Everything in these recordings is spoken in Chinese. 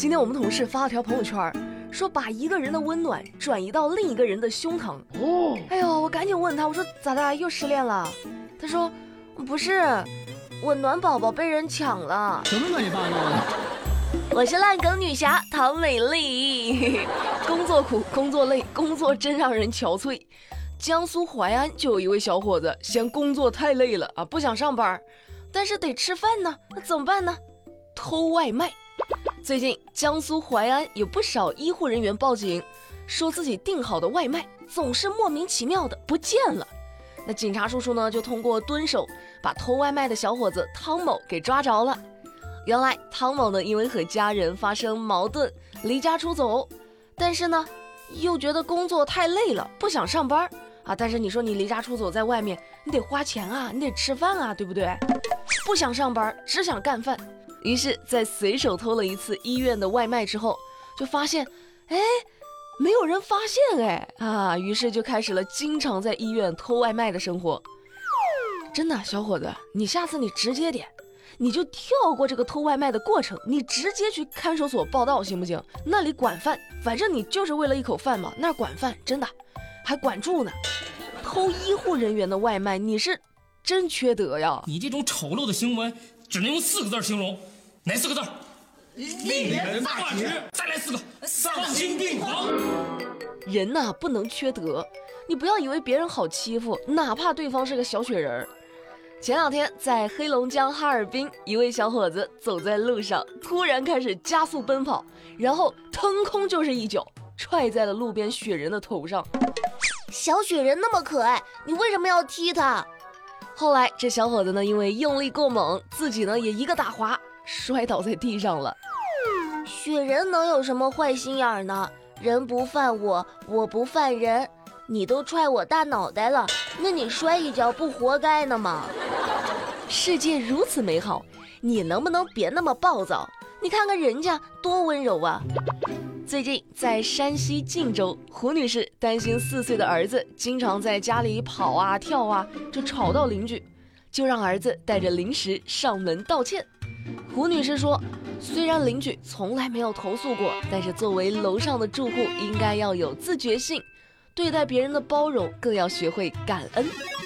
今天我们同事发了条朋友圈，说把一个人的温暖转移到另一个人的胸膛。哎呦，我赶紧问他，我说咋的，又失恋了？他说不是，我暖宝宝被人抢了。 什么乱七八糟的？ 我是烂梗女侠唐美丽，工作苦，工作累，工作真让人憔悴。江苏淮安就有一位小伙子嫌工作太累了啊，不想上班，但是得吃饭呢，那怎么办呢？偷外卖。最近江苏淮安有不少医护人员报警，说自己订好的外卖总是莫名其妙的不见了。那警察叔叔呢，就通过蹲守把偷外卖的小伙子汤某给抓着了。原来汤某呢，因为和家人发生矛盾离家出走，但是呢又觉得工作太累了，不想上班啊。但是你说你离家出走在外面，你得花钱啊，你得吃饭啊，对不对？不想上班，只想干饭。于是在随手偷了一次医院的外卖之后，就发现没有人发现于是就开始了经常在医院偷外卖的生活。真的，小伙子，你下次你直接点，你就跳过这个偷外卖的过程，你直接去看守所报到行不行？那里管饭，反正你就是为了一口饭嘛，那管饭真的还管住呢。偷医护人员的外卖，你是真缺德呀！ 你这种丑陋的行为只能用4个字形容，哪4个字？令人发指。再来4个，丧心病狂。 人呐，不能缺德，你不要以为别人好欺负，哪怕对方是个小雪人。前2天在黑龙江哈尔滨，一位小伙子走在路上，突然开始加速奔跑，然后腾空就是一脚踹在了路边雪人的头上。 小雪人那么可爱，你为什么要踢他？ 后来这小伙子呢，因为用力过猛，自己呢也一个打滑，摔倒在地上了。 雪人能有什么坏心眼呢？人不犯我，我不犯人。你都踹我大脑袋了，那你摔一跤不活该呢吗？ 世界如此美好，你能不能别那么暴躁？你看看人家多温柔啊！最近在山西晋州，胡女士担心4岁的儿子经常在家里跑啊跳啊，就吵到邻居，就让儿子带着零食上门道歉。胡女士说，虽然邻居从来没有投诉过，但是作为楼上的住户应该要有自觉性，对待别人的包容更要学会感恩。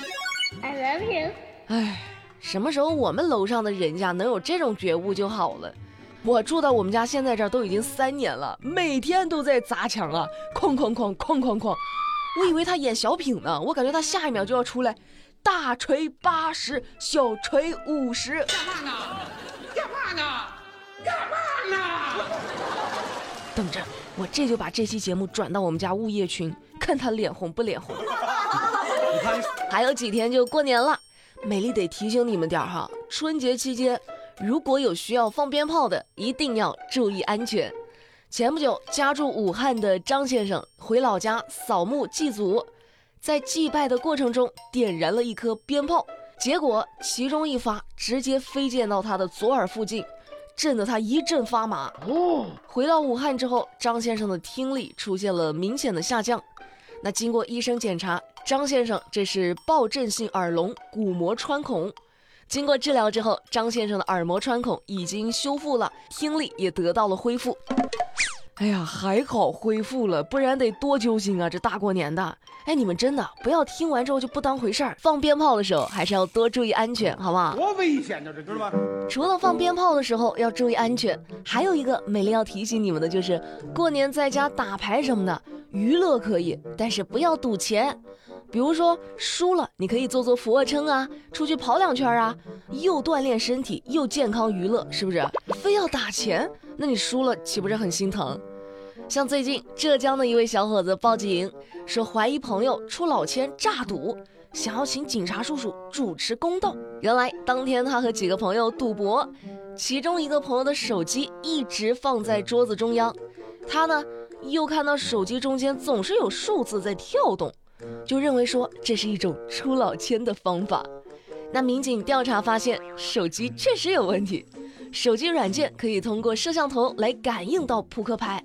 I love you。 哎，什么时候我们楼上的人家能有这种觉悟就好了。我住到我们家现在这儿都已经3年了，每天都在砸墙啊，哐哐哐哐哐哐。我以为他演小品呢，我感觉他下一秒就要出来，大锤80，小锤50。 干嘛呢？干嘛呢？干嘛呢？ 等着，我这就把这期节目转到我们家物业群，看他脸红不脸红。还有几天就过年了，美丽得提醒你们点哈，春节期间如果有需要放鞭炮的，一定要注意安全。前不久，家住武汉的张先生回老家扫墓祭祖，在祭拜的过程中点燃了一颗鞭炮，结果其中一发直接飞溅到他的左耳附近，震得他一阵发麻。回到武汉之后，张先生的听力出现了明显的下降。那经过医生检查，张先生这是暴震性耳聋鼓膜穿孔。经过治疗之后，张先生的耳膜穿孔已经修复了，听力也得到了恢复。哎呀，还好恢复了，不然得多揪心啊！这大过年的，哎，你们真的不要听完之后就不当回事儿，放鞭炮的时候还是要多注意安全，好不好？ 多危险呢，这知道吧？ 除了放鞭炮的时候要注意安全，还有一个美丽要提醒你们的就是，过年在家打牌什么的，娱乐可以，但是不要赌钱。比如说输了，你可以做做俯卧撑啊，出去跑2圈啊，又锻炼身体又健康娱乐，是不是？非要打钱，那你输了岂不是很心疼？像最近浙江的一位小伙子报警，说怀疑朋友出老千诈赌，想要请警察叔叔主持公道。原来当天他和几个朋友赌博，其中一个朋友的手机一直放在桌子中央，他呢又看到手机中间总是有数字在跳动，就认为说这是一种出老千的方法。那民警调查发现，手机确实有问题，手机软件可以通过摄像头来感应到扑克牌。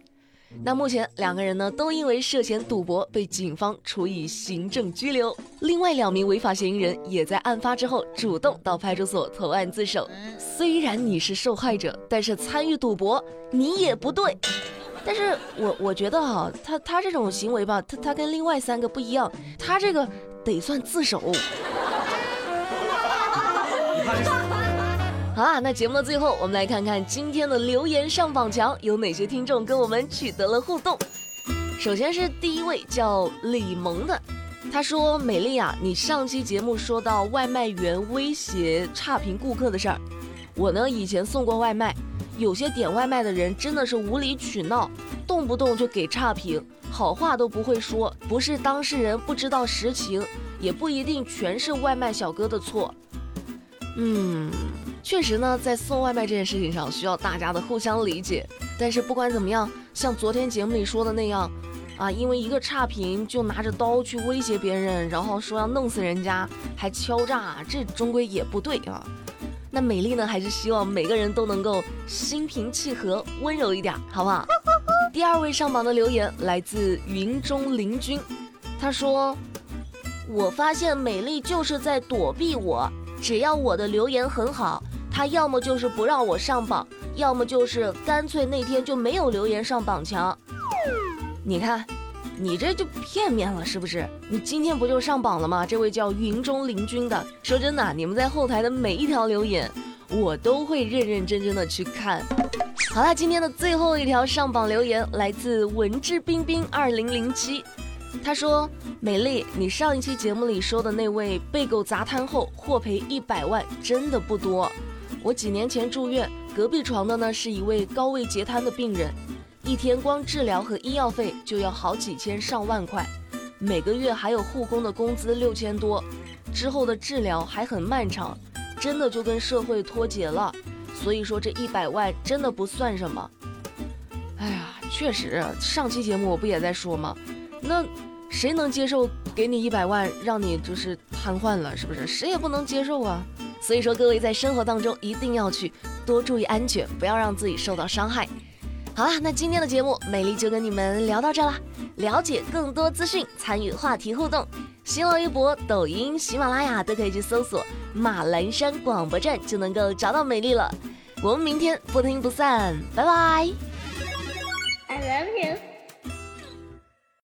那目前2个人呢都因为涉嫌赌博被警方处以行政拘留，另外2名违法嫌疑人也在案发之后主动到派出所投案自首。虽然你是受害者，但是参与赌博你也不对。但是我觉得哈，他这种行为吧，他跟另外3个不一样，他这个得算自首。好啦，那节目的最后，我们来看看今天的留言上榜墙有哪些听众跟我们取得了互动。首先是第一位叫李萌的，他说：美丽啊，你上期节目说到外卖员威胁差评顾客的事儿，我呢以前送过外卖，有些点外卖的人真的是无理取闹，动不动就给差评，好话都不会说，不是当事人不知道实情，也不一定全是外卖小哥的错。确实呢，在送外卖这件事情上需要大家的互相理解，但是不管怎么样，像昨天节目里说的那样啊，因为一个差评就拿着刀去威胁别人，然后说要弄死人家，还敲诈，这终归也不对啊。那美丽呢，还是希望每个人都能够心平气和，温柔一点，好不好？第2位上榜的留言来自云中林君，他说：我发现美丽就是在躲避我，只要我的留言很好，她要么就是不让我上榜，要么就是干脆那天就没有留言上榜墙。你看你这就片面了是不是？你今天不就上榜了吗？这位叫云中林君的，说真的，你们在后台的每一条留言我都会认认真真的去看。好了，今天的最后一条上榜留言来自文质彬彬2007，他说：美丽，你上一期节目里说的那位被狗砸瘫后获赔100万真的不多。我几年前住院，隔壁床的呢是一位高位截瘫的病人，一天光治疗和医药费就要好几千上万块，每个月还有护工的工资6000多，之后的治疗还很漫长，真的就跟社会脱节了。所以说这100万真的不算什么。哎呀，确实，上期节目我不也在说吗？那谁能接受给你100万让你就是瘫痪了，是不是？谁也不能接受啊。所以说各位在生活当中一定要去多注意安全，不要让自己受到伤害。好啦，那今天的节目美丽就跟你们聊到这啦。了解更多资讯，参与话题互动，新浪微博、抖音、喜马拉雅都可以去搜索马栏山广播站，就能够找到美丽了。我们明天不听不散，拜拜。 I love you.